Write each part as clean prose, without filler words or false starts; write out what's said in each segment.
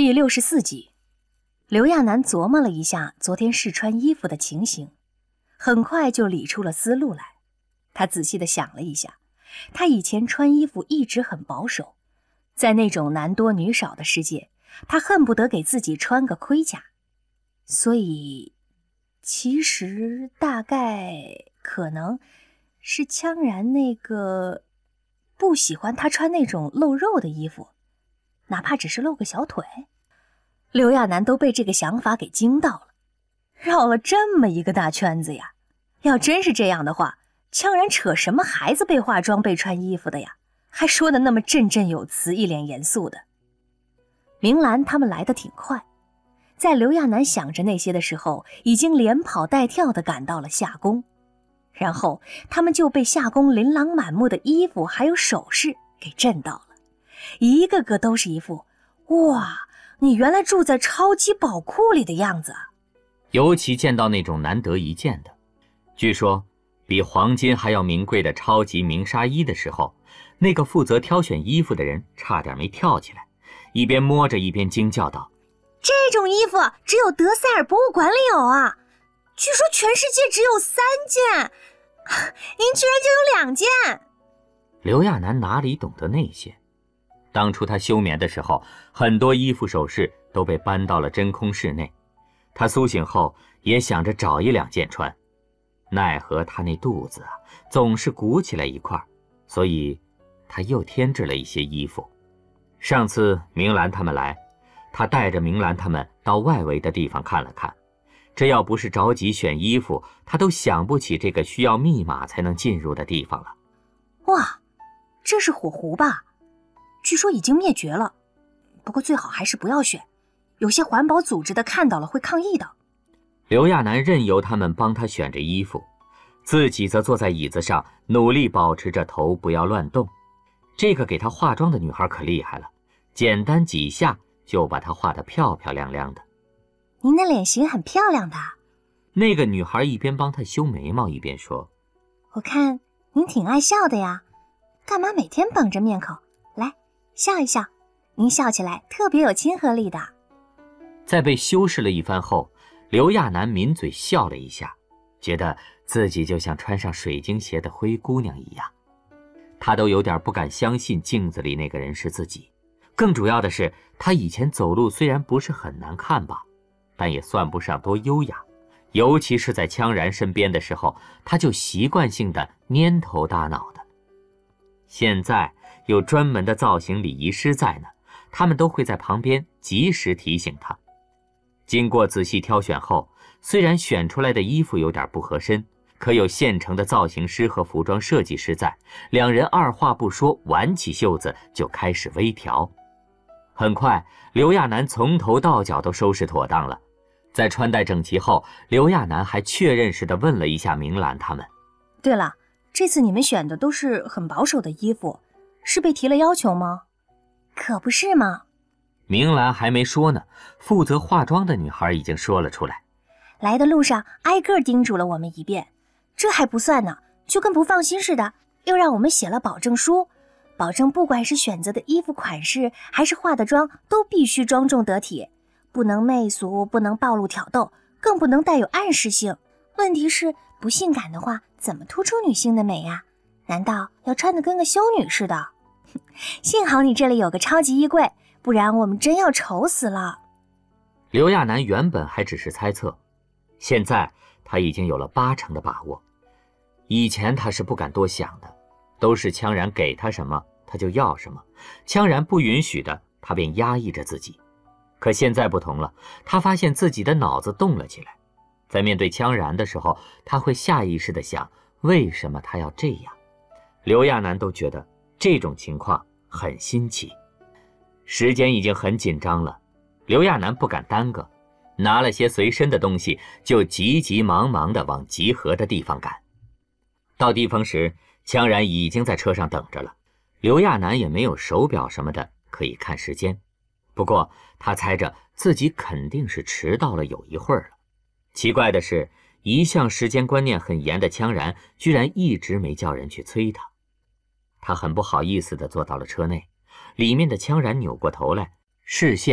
第64集，刘亚楠琢磨了一下昨天试穿衣服的情形，很快就理出了思路来。他仔细地想了一下，他以前穿衣服一直很保守，在那种男多女少的世界，他恨不得给自己穿个盔甲。所以，其实大概可能是羌然那个不喜欢他穿那种露肉的衣服，哪怕只是露个小腿。刘亚楠都被这个想法给惊到了，绕了这么一个大圈子呀！要真是这样的话，羌然扯什么孩子被化妆被穿衣服的呀？还说得那么振振有词，一脸严肃的。明兰他们来得挺快，在刘亚楠想着那些的时候，已经连跑带跳地赶到了夏宫，然后他们就被夏宫琳琅满目的衣服还有首饰给震到了，一个个都是一副哇，你原来住在超级宝库里的样子啊！ 尤其见到那种难得一见的，据说比黄金还要名贵的超级名纱衣的时候，那个负责挑选衣服的人差点没跳起来，一边摸着一边惊叫道： 这种衣服只有德塞尔博物馆里有啊，据说全世界只有3件，您居然就有2件。 刘亚楠哪里懂得那些，当初他休眠的时候，很多衣服首饰都被搬到了真空室内，他苏醒后也想着找1-2件穿，奈何他那肚子总是鼓起来一块，所以他又添置了一些衣服。上次明兰他们来，他带着明兰他们到外围的地方看了看，这要不是着急选衣服，他都想不起这个需要密码才能进入的地方了。 哇，这是火狐吧？据说已经灭绝了，不过最好还是不要选，有些环保组织的看到了会抗议的。 刘亚楠任由他们帮他选着衣服，自己则坐在椅子上努力保持着头不要乱动。这个给他化妆的女孩可厉害了，简单几下就把她画得漂漂亮亮的。 您的脸型很漂亮的。 那个女孩一边帮他修眉毛一边说： 我看您挺爱笑的呀，干嘛每天绷着面孔？来，笑一笑，您笑起来特别有亲和力的。 在被修饰了一番后，刘亚楠抿嘴笑了一下，觉得自己就像穿上水晶鞋的灰姑娘一样。他都有点不敢相信镜子里那个人是自己，更主要的是他以前走路虽然不是很难看吧，但也算不上多优雅，尤其是在羌然身边的时候，他就习惯性的蔫头耷脑的。现在有专门的造型礼仪师在呢，他们都会在旁边及时提醒他。经过仔细挑选后，虽然选出来的衣服有点不合身，可有现成的造型师和服装设计师在，两人二话不说，挽起袖子就开始微调。很快，刘亚楠从头到脚都收拾妥当了。在穿戴整齐后，刘亚楠还确认似的问了一下明兰他们： 对了，这次你们选的都是很保守的衣服，是被提了要求吗？可不是嘛。 明兰还没说呢，负责化妆的女孩已经说了出来： 来的路上挨个叮嘱了我们一遍，这还不算呢，就跟不放心似的，又让我们写了保证书，保证不管是选择的衣服款式还是化的妆都必须庄重得体，不能媚俗，不能暴露挑逗，更不能带有暗示性。问题是不性感的话怎么突出女性的美呀？难道要穿得跟个修女似的？幸好你这里有个超级衣柜，不然我们真要愁死了。 刘亚楠原本还只是猜测，现在他已经有了80%的把握。以前他是不敢多想的，都是羌然给他什么他就要什么，羌然不允许的他便压抑着自己。可现在不同了，他发现自己的脑子动了起来，在面对羌然的时候，他会下意识地想，为什么他要这样？刘亚楠都觉得这种情况很新奇。时间已经很紧张了，刘亚楠不敢耽搁，拿了些随身的东西，就急急忙忙地往集合的地方赶。到地方时，羌然已经在车上等着了。刘亚楠也没有手表什么的可以看时间，不过他猜着自己肯定是迟到了有一会儿了。奇怪的是，一向时间观念很严的羌然居然一直没叫人去催他。他很不好意思地坐到了车内，里面的羌然扭过头来，视线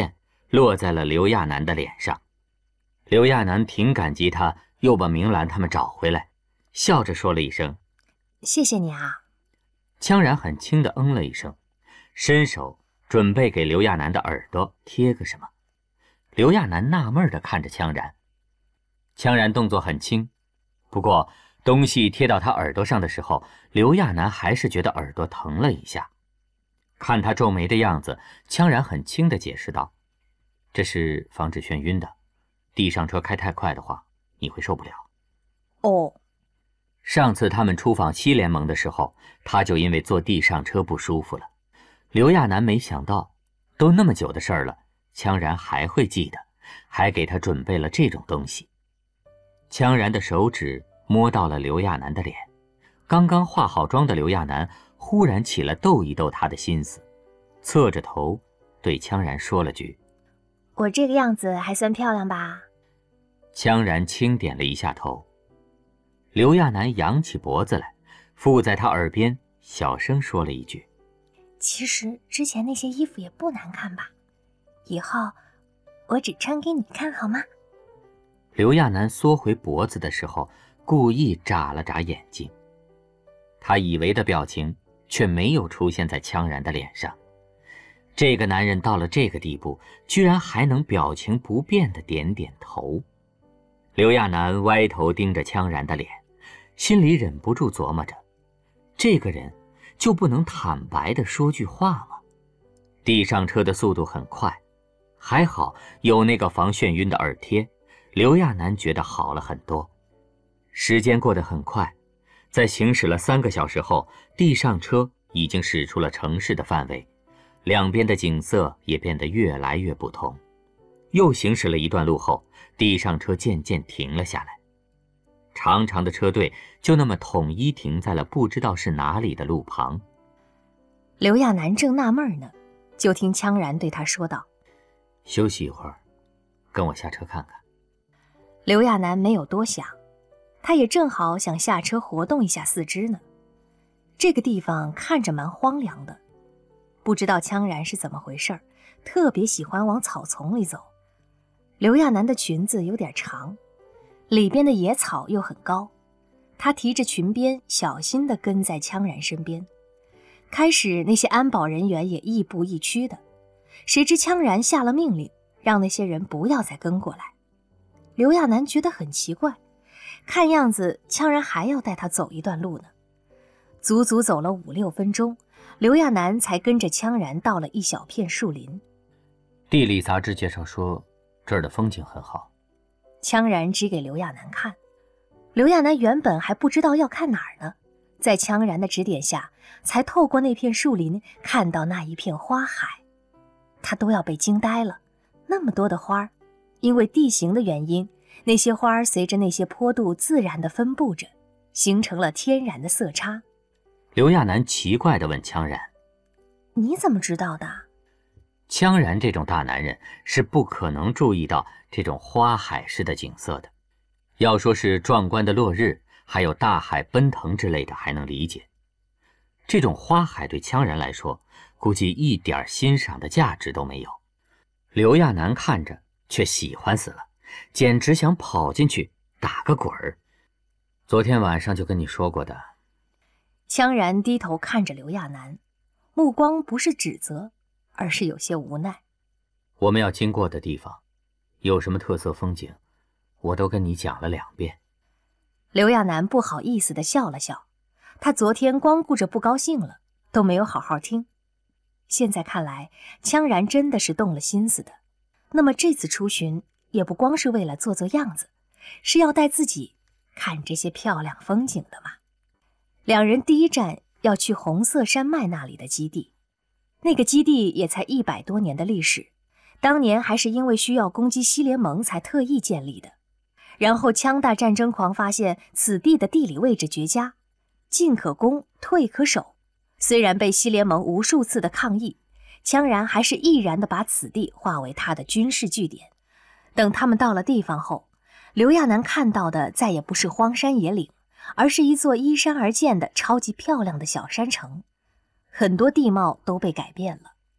落在了刘亚楠的脸上。刘亚楠挺感激他，又把明兰他们找回来，笑着说了一声：“ 谢谢你啊。” 羌然很轻地嗯了一声，伸手准备给刘亚楠的耳朵贴个什么。刘亚楠纳闷地看着羌然，羌然动作很轻，不过东西贴到他耳朵上的时候，刘亚楠还是觉得耳朵疼了一下。看他皱眉的样子，羌然很轻地解释道：“这是防止眩晕的，地上车开太快的话，你会受不了。” 哦。 上次他们出访西联盟的时候，他就因为坐地上车不舒服了。刘亚楠没想到，都那么久的事儿了，羌然还会记得，还给他准备了这种东西。羌然的手指摸到了刘亚楠的脸，刚刚化好妆的刘亚楠忽然起了逗一逗他的心思，侧着头对羌然说了句：“ 我这个样子还算漂亮吧？” 羌然轻点了一下头。刘亚楠扬起脖子来，附在他耳边小声说了一句：“ 其实之前那些衣服也不难看吧？以后我只穿给你看好吗？” 刘亚楠缩回脖子的时候，故意眨了眨眼睛。他以为的表情却没有出现在羌然的脸上。这个男人到了这个地步，居然还能表情不变地点点头。刘亚楠歪头盯着羌然的脸，心里忍不住琢磨着，这个人就不能坦白地说句话吗？地上车的速度很快，还好有那个防眩晕的耳贴，刘亚楠觉得好了很多。时间过得很快，在行驶了3个小时后，地上车已经驶出了城市的范围，两边的景色也变得越来越不同。又行驶了一段路后，地上车渐渐停了下来，长长的车队就那么统一停在了不知道是哪里的路旁。 刘亚楠正纳闷呢，就听羌然对他说道：“ 休息一会儿，跟我下车看看。” 刘亚楠没有多想，他也正好想下车活动一下四肢呢。这个地方看着蛮荒凉的，不知道羌然是怎么回事，特别喜欢往草丛里走。刘亚楠的裙子有点长，里边的野草又很高，她提着裙边小心地跟在羌然身边。开始那些安保人员也亦步亦趋的，谁知羌然下了命令，让那些人不要再跟过来。刘亚楠觉得很奇怪，看样子羌然还要带他走一段路呢。足足走了5-6分钟，刘亚楠才跟着羌然到了一小片树林。 地理杂志介绍说，这儿的风景很好。 羌然指给刘亚楠看，刘亚楠原本还不知道要看哪儿呢，在羌然的指点下，才透过那片树林看到那一片花海。他都要被惊呆了，那么多的花，因为地形的原因，那些花随着那些坡度自然地分布着，形成了天然的色差。 刘亚楠奇怪地问羌然：“ 你怎么知道的？” 羌然这种大男人是不可能注意到这种花海式的景色的。要说是壮观的落日，还有大海奔腾之类的还能理解，这种花海对羌然来说，估计一点欣赏的价值都没有。刘亚楠看着却喜欢死了，简直想跑进去打个滚儿。昨天晚上就跟你说过的。 羌然低头看着刘亚楠，目光不是指责，而是有些无奈。 我们要经过的地方，有什么特色风景，我都跟你讲了2遍。 刘亚楠不好意思地笑了笑，他昨天光顾着不高兴了，都没有好好听。现在看来，羌然真的是动了心思的。那么这次出巡也不光是为了做做样子，是要带自己看这些漂亮风景的嘛。两人第一站要去红色山脉那里的基地，那个基地也才100多年的历史，当年还是因为需要攻击西联盟才特意建立的。然后羌大战争狂发现此地的地理位置绝佳，进可攻，退可守。虽然被西联盟无数次的抗议，羌然还是毅然地把此地划为他的军事据点。等他们到了地方后，刘亚楠看到的再也不是荒山野岭，而是一座依山而建的超级漂亮的小山城，很多地貌都被改变了。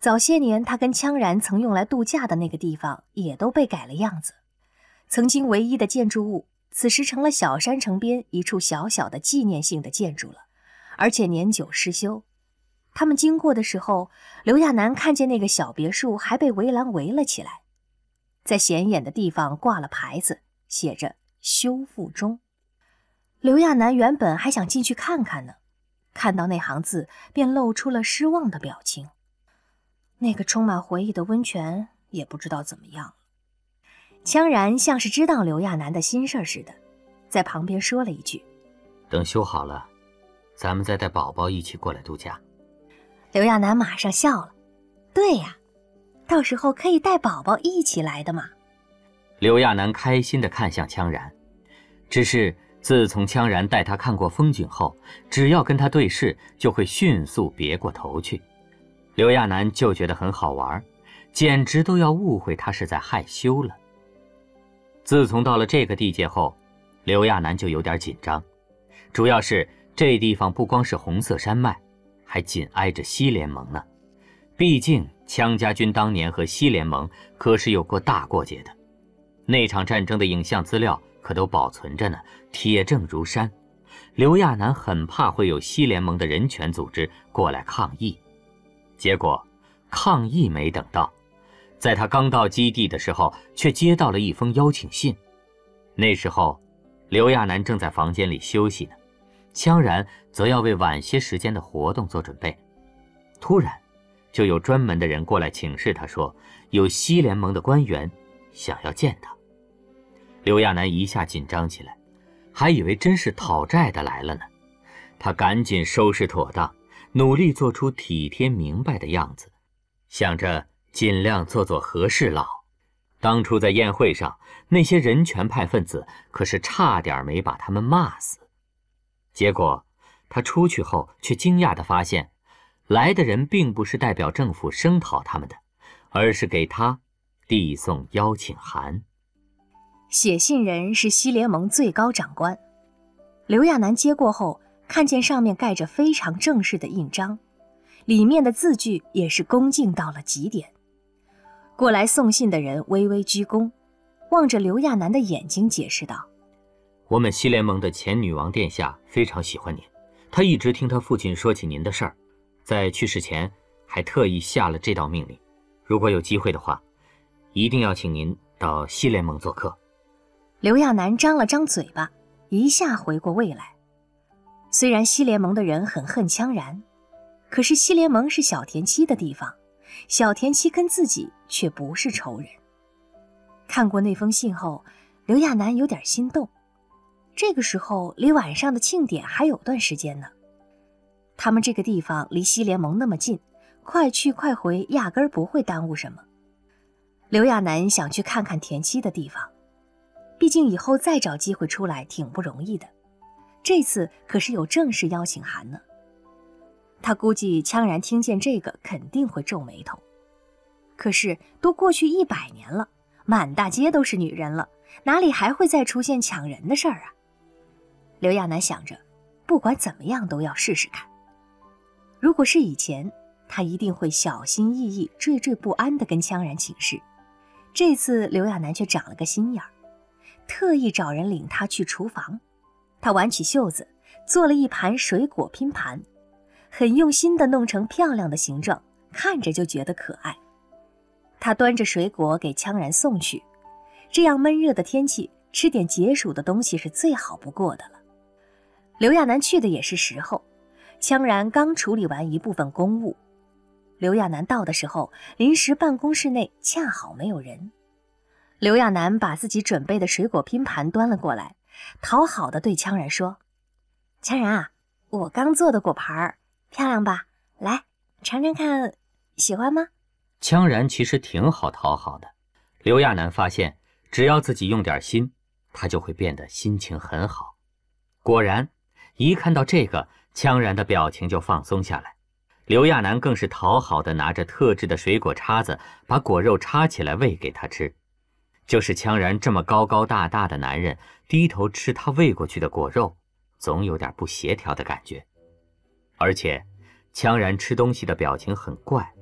早些年他跟羌然曾用来度假的那个地方也都被改了样子，曾经唯一的建筑物此时成了小山城边一处小小的纪念性的建筑了，而且年久失修。他们经过的时候，刘亚楠看见那个小别墅还被围栏围了起来，在显眼的地方挂了牌子，写着修复中。刘亚楠原本还想进去看看呢，看到那行字便露出了失望的表情。那个充满回忆的温泉也不知道怎么样了。羌然像是知道刘亚楠的心事似的，在旁边说了一句： 等修好了，咱们再带宝宝一起过来度假。 刘亚楠马上笑了：对呀，到时候可以带宝宝一起来的嘛。 刘亚楠开心地看向羌然，只是自从羌然带他看过风景后，只要跟他对视，就会迅速别过头去。刘亚楠就觉得很好玩，简直都要误会他是在害羞了。自从到了这个地界后，刘亚楠就有点紧张，主要是这地方不光是红色山脉，还紧挨着西联盟呢。毕竟羌家军当年和西联盟可是有过大过节的，那场战争的影像资料可都保存着呢，铁证如山。刘亚楠很怕会有西联盟的人权组织过来抗议，结果抗议没等到，在他刚到基地的时候，却接到了一封邀请信。那时候刘亚楠正在房间里休息呢，羌然则要为晚些时间的活动做准备。突然就有专门的人过来请示他说，有西联盟的官员想要见他。刘亚楠一下紧张起来，还以为真是讨债的来了呢。他赶紧收拾妥当，努力做出体贴明白的样子，想着尽量做做和事佬。当初在宴会上，那些人权派分子可是差点没把他们骂死。结果他出去后却惊讶地发现，来的人并不是代表政府声讨他们的，而是给他递送邀请函。 写信人是西联盟最高长官。刘亚楠接过后，看见上面盖着非常正式的印章，里面的字句也是恭敬到了极点。过来送信的人微微鞠躬，望着刘亚楠的眼睛解释道： 我们西联盟的前女王殿下非常喜欢您，她一直听她父亲说起您的事儿，在去世前还特意下了这道命令，如果有机会的话，一定要请您到西联盟做客。 刘亚楠张了张嘴巴，一下回过味来。虽然西联盟的人很恨羌然，可是西联盟是小田七的地方，小田七跟自己却不是仇人。看过那封信后，刘亚楠有点心动。这个时候离晚上的庆典还有段时间呢，他们这个地方离西联盟那么近，快去快回压根儿不会耽误什么。刘亚楠想去看看田七的地方，毕竟以后再找机会出来挺不容易的，这次可是有正式邀请函呢。他估计羌然听见这个肯定会皱眉头，可是都过去100年了，满大街都是女人了，哪里还会再出现抢人的事儿啊？刘亚楠想着，不管怎么样都要试试看。如果是以前，他一定会小心翼翼、惴惴不安地跟羌然请示。这次刘亚楠却长了个心眼儿，特意找人领他去厨房。他挽起袖子，做了一盘水果拼盘，很用心地弄成漂亮的形状，看着就觉得可爱。他端着水果给羌然送去，这样闷热的天气，吃点解暑的东西是最好不过的了。刘亚楠去的也是时候，羌然刚处理完一部分公务。刘亚楠到的时候，临时办公室内恰好没有人。刘亚楠把自己准备的水果拼盘端了过来，讨好的对羌然说：羌然啊，我刚做的果盘漂亮吧？来尝尝看，喜欢吗？ 羌然其实挺好讨好的，刘亚楠发现只要自己用点心，他就会变得心情很好。果然一看到这个，羌然的表情就放松下来。刘亚楠更是讨好的拿着特制的水果叉子，把果肉插起来喂给他吃。就是羌然这么高高大大的男人，低头吃他喂过去的果肉，总有点不协调的感觉。而且羌然吃东西的表情很怪，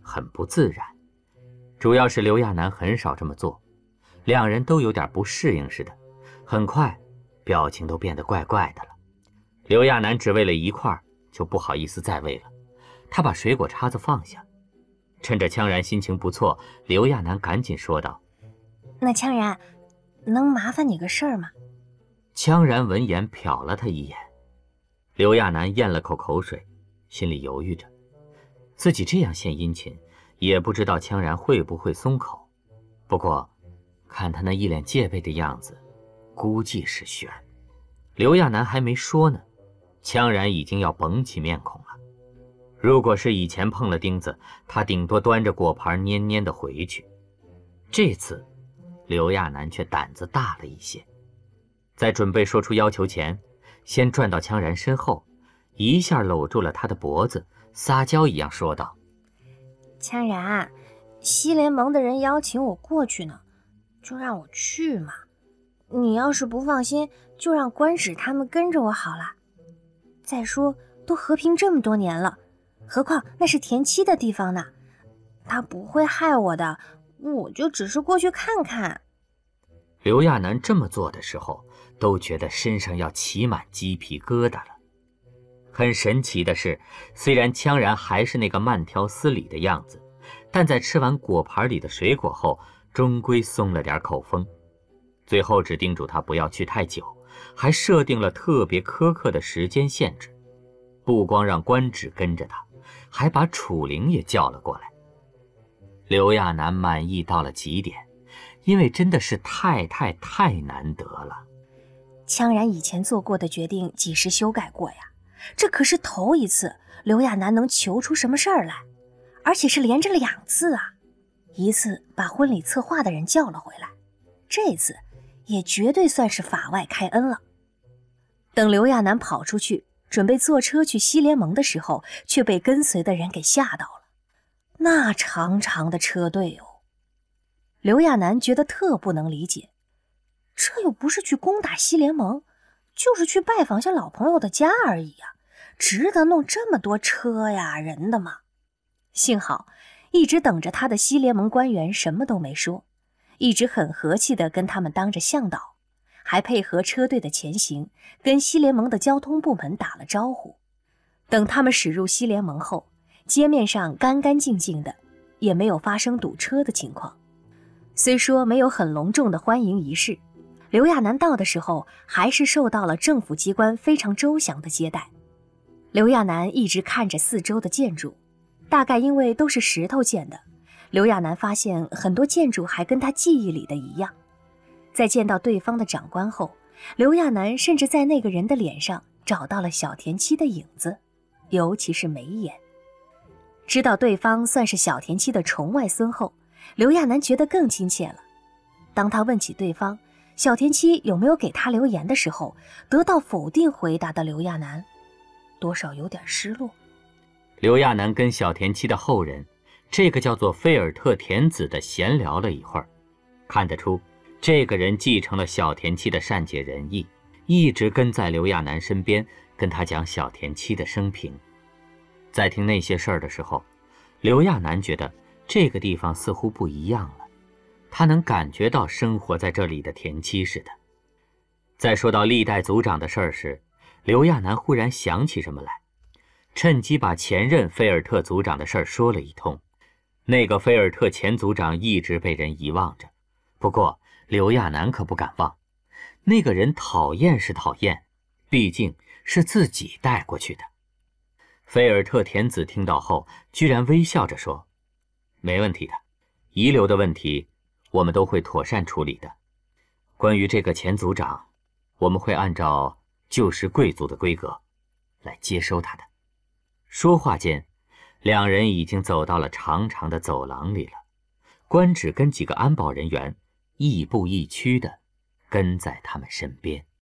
很不自然。主要是刘亚楠很少这么做，两人都有点不适应似的，很快表情都变得怪怪的了。刘亚楠只喂了一块，就不好意思再喂了，他把水果叉子放下。趁着羌然心情不错，刘亚楠赶紧说道： 那羌然，能麻烦你个事儿吗？ 羌然闻言瞟了他一眼。刘亚楠咽了口口水，心里犹豫着，自己这样献殷勤，也不知道羌然会不会松口。不过看他那一脸戒备的样子，估计是悬。刘亚楠还没说呢，羌然已经要绷起面孔了。如果是以前碰了钉子，他顶多端着果盘蔫蔫地回去。这次刘亚楠却胆子大了一些，在准备说出要求前，先转到羌然身后，一下搂住了他的脖子，撒娇一样说道： 羌然，西联盟的人邀请我过去呢，就让我去嘛。你要是不放心，就让官使他们跟着我好了。再说都和平这么多年了，何况那是田七的地方呢，他不会害我的，我就只是过去看看。 刘亚楠这么做的时候，都觉得身上要起满鸡皮疙瘩了。很神奇的是，虽然羌然还是那个慢条斯理的样子，但在吃完果盘里的水果后，终归松了点口风。最后只叮嘱他不要去太久，还设定了特别苛刻的时间限制，不光让官职跟着他，还把楚灵也叫了过来。刘亚楠满意到了极点，因为真的是太难得了。 羌然以前做过的决定几时修改过呀？这可是头一次刘亚楠能求出什么事儿来，而且是连着2次啊！一次把婚礼策划的人叫了回来，这次也绝对算是法外开恩了。等刘亚楠跑出去准备坐车去西联盟的时候，却被跟随的人给吓到了。那长长的车队哦，刘亚楠觉得特不能理解，这又不是去攻打西联盟，就是去拜访下老朋友的家而已啊，值得弄这么多车呀人的吗？幸好一直等着他的西联盟官员什么都没说，一直很和气地跟他们当着向导，还配合车队的前行，跟西联盟的交通部门打了招呼。等他们驶入西联盟后，街面上干干净净的，也没有发生堵车的情况。虽说没有很隆重的欢迎仪式，刘亚楠到的时候还是受到了政府机关非常周详的接待。刘亚楠一直看着四周的建筑，大概因为都是石头建的，刘亚楠发现很多建筑还跟他记忆里的一样。在见到对方的长官后，刘亚楠甚至在那个人的脸上找到了小田七的影子，尤其是眉眼。知道对方算是小田七的重外孙后，刘亚楠觉得更亲切了。当他问起对方小田七有没有给他留言的时候，得到否定回答的刘亚楠多少有点失落。 刘亚楠跟小田七的后人，这个叫做菲尔特田子的闲聊了一会儿，看得出这个人继承了小田七的善解人意，一直跟在刘亚楠身边，跟他讲小田七的生平。在听那些事儿的时候，刘亚楠觉得这个地方似乎不一样了，他能感觉到生活在这里的田七似的。在说到历代族长的事儿时，刘亚楠忽然想起什么来，趁机把前任菲尔特族长的事儿说了一通。那个菲尔特前族长一直被人遗忘着，不过刘亚楠可不敢忘。那个人讨厌是讨厌，毕竟是自己带过去的。菲尔特田子听到后居然微笑着说，没问题的，遗留的问题我们都会妥善处理的。关于这个前族长，我们会按照旧时贵族的规格来接收他的。说话间，两人已经走到了长长的走廊里了，官职跟几个安保人员亦步亦趋地跟在他们身边。